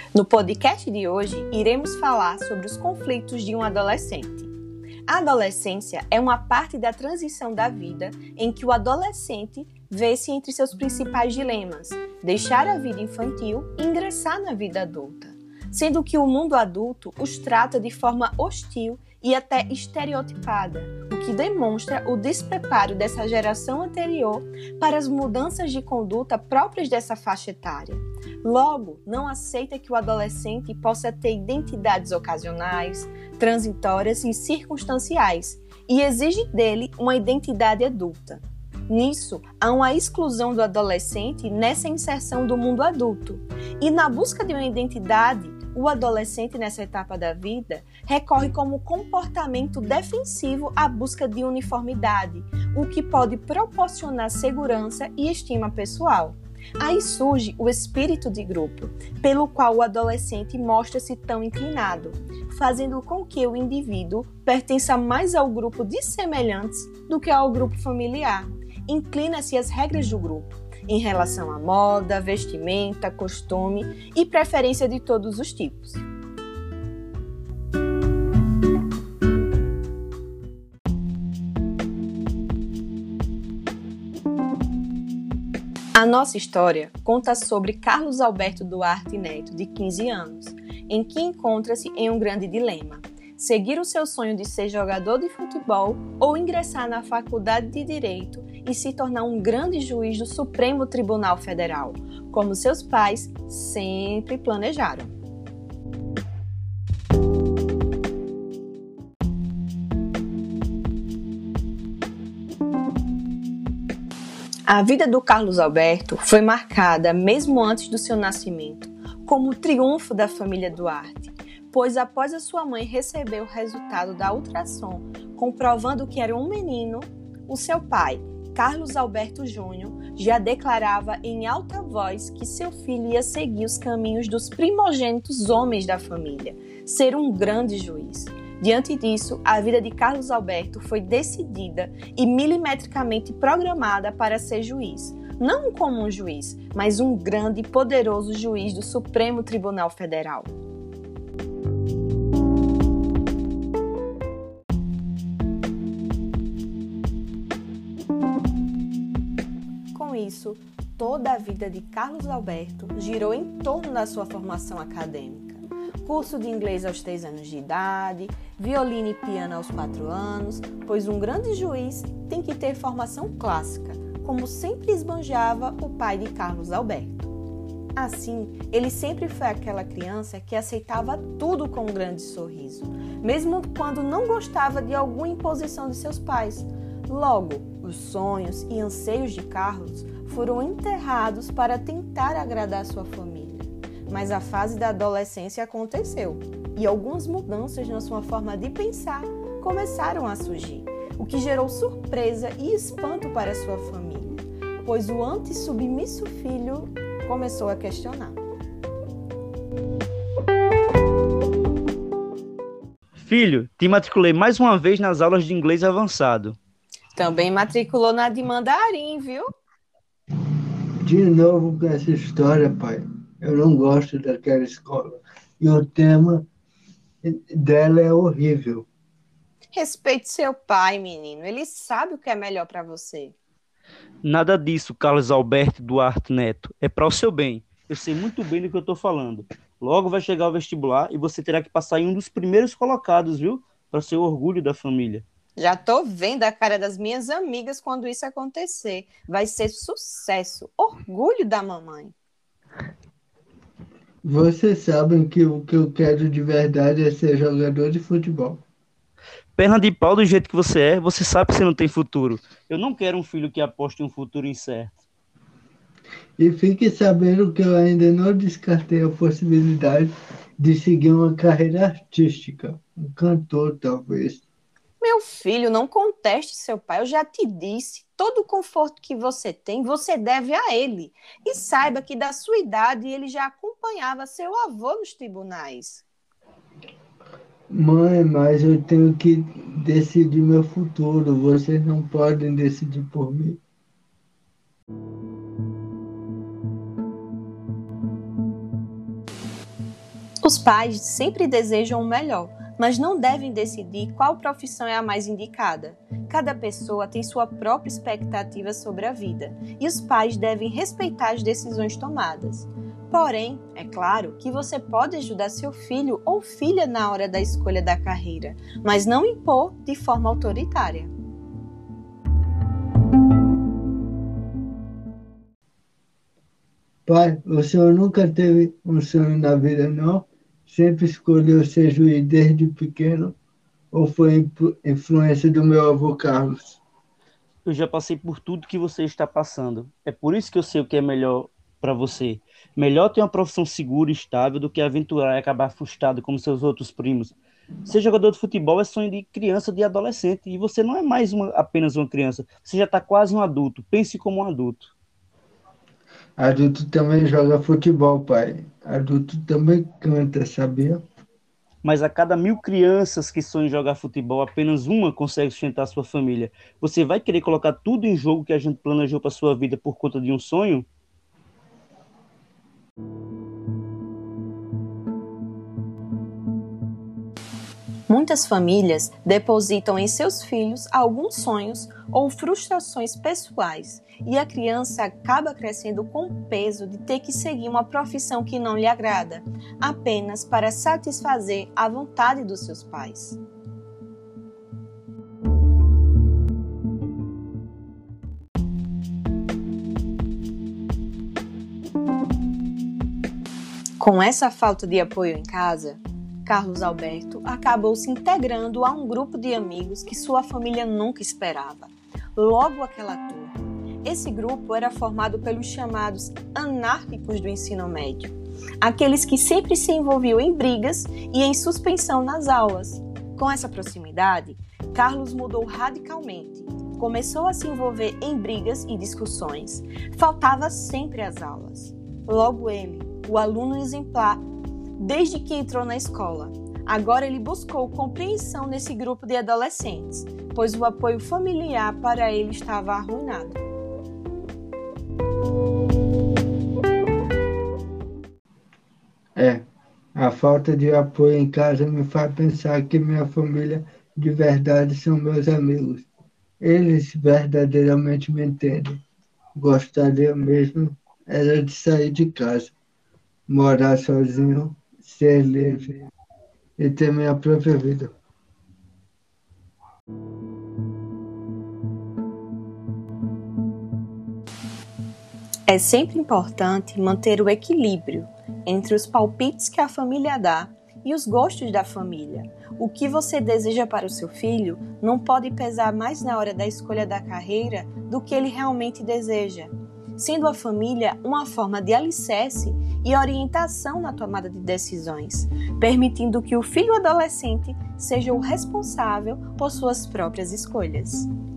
No podcast de hoje, iremos falar sobre os conflitos de um adolescente. A adolescência é uma parte da transição da vida em que o adolescente vê-se entre seus principais dilemas: deixar a vida infantil e ingressar na vida adulta, sendo que o mundo adulto os trata de forma hostil e até estereotipada, o que demonstra o despreparo dessa geração anterior para as mudanças de conduta próprias dessa faixa etária. Logo, não aceita que o adolescente possa ter identidades ocasionais, transitórias e circunstanciais, e exige dele uma identidade adulta. Nisso, há uma exclusão do adolescente nessa inserção do mundo adulto. E na busca de uma identidade, o adolescente nessa etapa da vida recorre como comportamento defensivo à busca de uniformidade, o que pode proporcionar segurança e estima pessoal. Aí surge o espírito de grupo, pelo qual o adolescente mostra-se tão inclinado, fazendo com que o indivíduo pertença mais ao grupo de semelhantes do que ao grupo familiar. Inclina-se às regras do grupo, em relação à moda, vestimenta, costume e preferência de todos os tipos. A nossa história conta sobre Carlos Alberto Duarte Neto, de 15 anos, em que encontra-se em um grande dilema: seguir o seu sonho de ser jogador de futebol ou ingressar na faculdade de Direito e se tornar um grande juiz do Supremo Tribunal Federal, como seus pais sempre planejaram. A vida do Carlos Alberto foi marcada, mesmo antes do seu nascimento, como o triunfo da família Duarte, pois após a sua mãe receber o resultado da ultrassom, comprovando que era um menino, o seu pai, Carlos Alberto Júnior, já declarava em alta voz que seu filho ia seguir os caminhos dos primogênitos homens da família, ser um grande juiz. Diante disso, a vida de Carlos Alberto foi decidida e milimetricamente programada para ser juiz. Não um comum juiz, mas um grande e poderoso juiz do Supremo Tribunal Federal. Com isso, toda a vida de Carlos Alberto girou em torno da sua formação acadêmica. Curso de inglês aos 3 anos de idade, violino e piano aos 4 anos, pois um grande juiz tem que ter formação clássica, como sempre esbanjava o pai de Carlos Alberto. Assim, ele sempre foi aquela criança que aceitava tudo com um grande sorriso, mesmo quando não gostava de alguma imposição de seus pais. Logo, os sonhos e anseios de Carlos foram enterrados para tentar agradar sua família. Mas a fase da adolescência aconteceu e algumas mudanças na sua forma de pensar começaram a surgir, o que gerou surpresa e espanto para sua família, pois o antes submisso filho começou a questionar. Filho, te matriculei mais uma vez nas aulas de inglês avançado. Também matriculou na de mandarim, viu? De novo com essa história, pai. Eu não gosto daquela escola. E o tema dela é horrível. Respeite seu pai, menino. Ele sabe o que é melhor para você. Nada disso, Carlos Alberto Duarte Neto. É para o seu bem. Eu sei muito bem do que eu estou falando. Logo vai chegar o vestibular e você terá que passar em um dos primeiros colocados, viu? Para ser o orgulho da família. Já tô vendo a cara das minhas amigas quando isso acontecer. Vai ser sucesso. Orgulho da mamãe. Vocês sabem que o que eu quero de verdade é ser jogador de futebol. Perna de pau do jeito que você é, você sabe que você não tem futuro. Eu não quero um filho que aposte em um futuro incerto. E fique sabendo que eu ainda não descartei a possibilidade de seguir uma carreira artística. Um cantor, talvez. Meu filho, não conteste seu pai. Eu já te disse. Todo o conforto que você tem, você deve a ele. E saiba que da sua idade ele já acompanhava seu avô nos tribunais. Mãe, mas eu tenho que decidir meu futuro. Vocês não podem decidir por mim. Os pais sempre desejam o melhor, mas não devem decidir qual profissão é a mais indicada. Cada pessoa tem sua própria expectativa sobre a vida, e os pais devem respeitar as decisões tomadas. Porém, é claro que você pode ajudar seu filho ou filha na hora da escolha da carreira, mas não impor de forma autoritária. Pai, o senhor nunca teve um sonho na vida, não? Sempre escolheu ser juiz desde pequeno? Ou foi influência do meu avô Carlos? Eu já passei por tudo que você está passando. É por isso que eu sei o que é melhor para você. Melhor ter uma profissão segura e estável do que aventurar e acabar frustrado como seus outros primos. Ser jogador de futebol é sonho de criança, de adolescente, e você não é mais apenas uma criança. Você já está quase um adulto. Pense como um adulto. Adulto também joga futebol, pai. Adulto também canta, sabia? Mas a cada 1.000 crianças que sonham em jogar futebol, apenas uma consegue sustentar sua família. Você vai querer colocar tudo em jogo que a gente planejou para sua vida por conta de um sonho? Muitas famílias depositam em seus filhos alguns sonhos ou frustrações pessoais, e a criança acaba crescendo com o peso de ter que seguir uma profissão que não lhe agrada, apenas para satisfazer a vontade dos seus pais. Com essa falta de apoio em casa, Carlos Alberto acabou se integrando a um grupo de amigos que sua família nunca esperava. Logo aquela turma. Esse grupo era formado pelos chamados anárquicos do ensino médio, aqueles que sempre se envolviam em brigas e em suspensão nas aulas. Com essa proximidade, Carlos mudou radicalmente. Começou a se envolver em brigas e discussões. Faltava sempre às aulas. Logo ele, o aluno exemplar, desde que entrou na escola. Agora ele buscou compreensão nesse grupo de adolescentes, pois o apoio familiar para ele estava arruinado. A falta de apoio em casa me faz pensar que minha família de verdade são meus amigos. Eles verdadeiramente me entendem. Gostaria mesmo era de sair de casa, morar sozinho, ser livre e ter minha própria vida. É sempre importante manter o equilíbrio entre os palpites que a família dá e os gostos da família. O que você deseja para o seu filho não pode pesar mais na hora da escolha da carreira do que ele realmente deseja, sendo a família uma forma de alicerce e orientação na tomada de decisões, permitindo que o filho adolescente seja o responsável por suas próprias escolhas.